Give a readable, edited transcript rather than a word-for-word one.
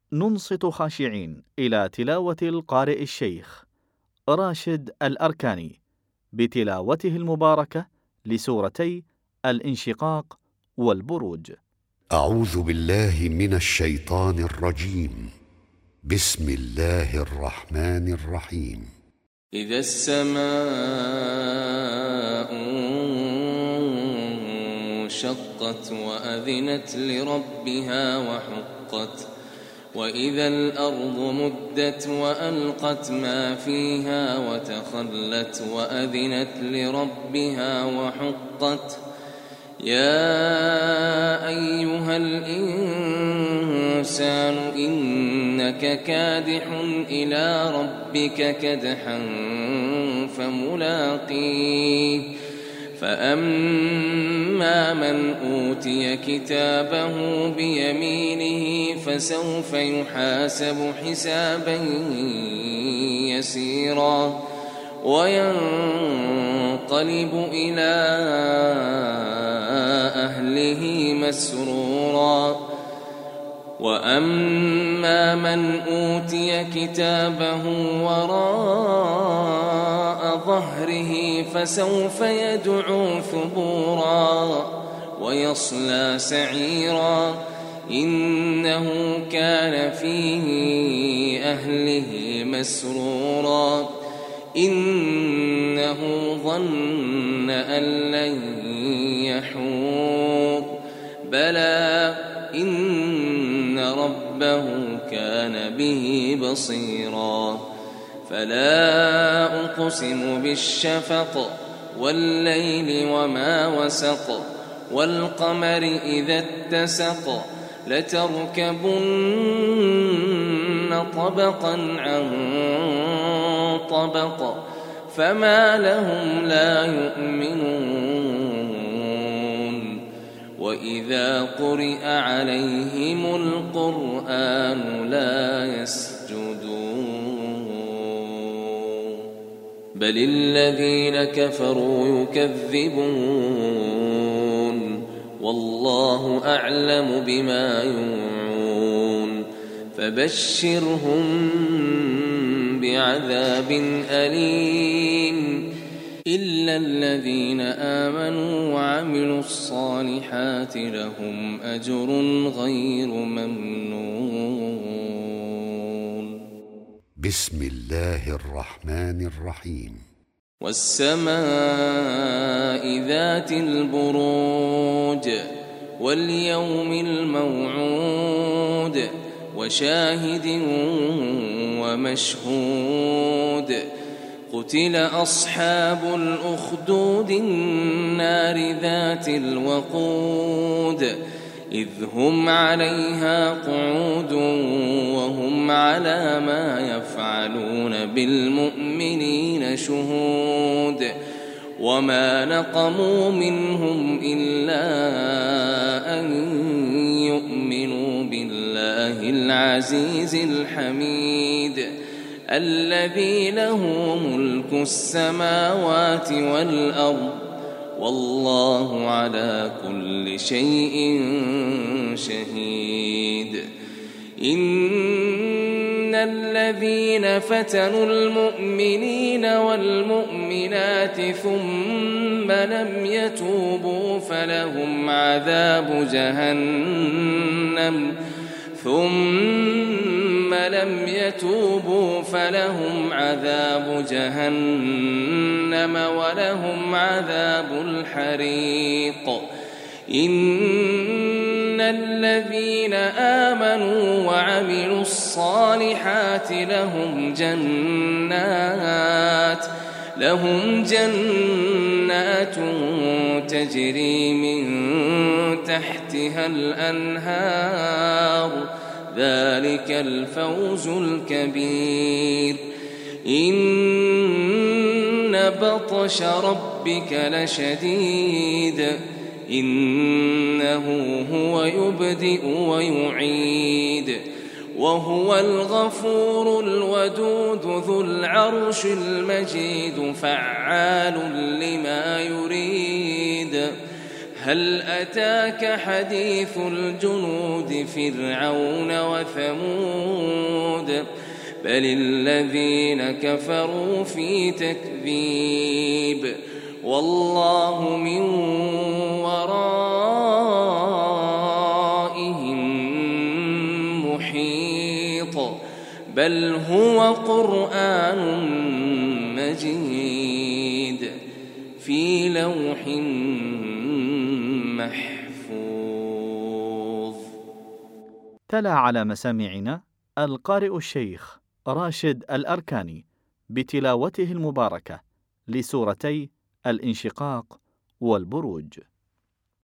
ننصت خاشعين إلى تلاوة القارئ الشيخ راشد الأركاني بتلاوته المباركة لسورتي الانشقاق والبروج. أعوذ بالله من الشيطان الرجيم. بسم الله الرحمن الرحيم. إذا السماء انشقت وأذنت لربها وحقت وإذا الأرض مدت وألقت ما فيها وتخلت وأذنت لربها وحقت يا أيها الإنسان إنك كادح إلى ربك كدحا فملاقيه فأما من أوتي كتابه بيمينه فسوف يحاسب حسابا يسيرا وينقلب إلى أهله مسرورا وأما من أوتي كتابه وراء ظهره فسوف يدعو ثبورا ويصلى سعيرا إنه كان فيه أهله مسرورا إنه ظن أن لن يحور بلى إن ربه كان به بصيرا فلا أقسم بالشفق والليل وما وسق والقمر إذا اتسق لتركبن طبقا عن طبق فما لهم لا يؤمنون وإذا قرئ عليهم القرآن لا يسجدون بل الذين كفروا يكذبون والله أعلم بما يوعون فبشرهم بعذاب أليم إلا الذين آمنوا وعملوا الصالحات لهم أجر غير ممنون. بسم الله الرحمن الرحيم. والسماء ذات البروج واليوم الموعود وشاهد ومشهود قتل أصحاب الأخدود النار ذات الوقود إذ هم عليها قعود وهم على ما يفعلون بالمؤمنين شهود وما نقموا منهم إلا أن يؤمنوا بالله العزيز الحميد الذي له ملك السماوات والأرض والله على كل شيء شهيد. إن الذين فتنوا المؤمنين والمؤمنات ثم لم يتوبوا فلهم عذاب جهنم ولهم عذاب الحريق. إن الذين آمنوا وعملوا الصالحات لهم جنات تجري من تحتها الأنهار ذلك الفوز الكبير. إن بطش ربك لشديد إنه هو يبدئ ويعيد وهو الغفور الودود ذو العرش المجيد فعال لما يريد. هل أتاك حديث الجنود فرعون وثمود بل الذين كفروا في تكذيب والله من ورائهم محيط بل هو قرآن مجيد في لوح محفوظ. تلا على مسامعنا القارئ الشيخ راشد الأركاني بتلاوته المباركة لسورتي الانشقاق والبروج.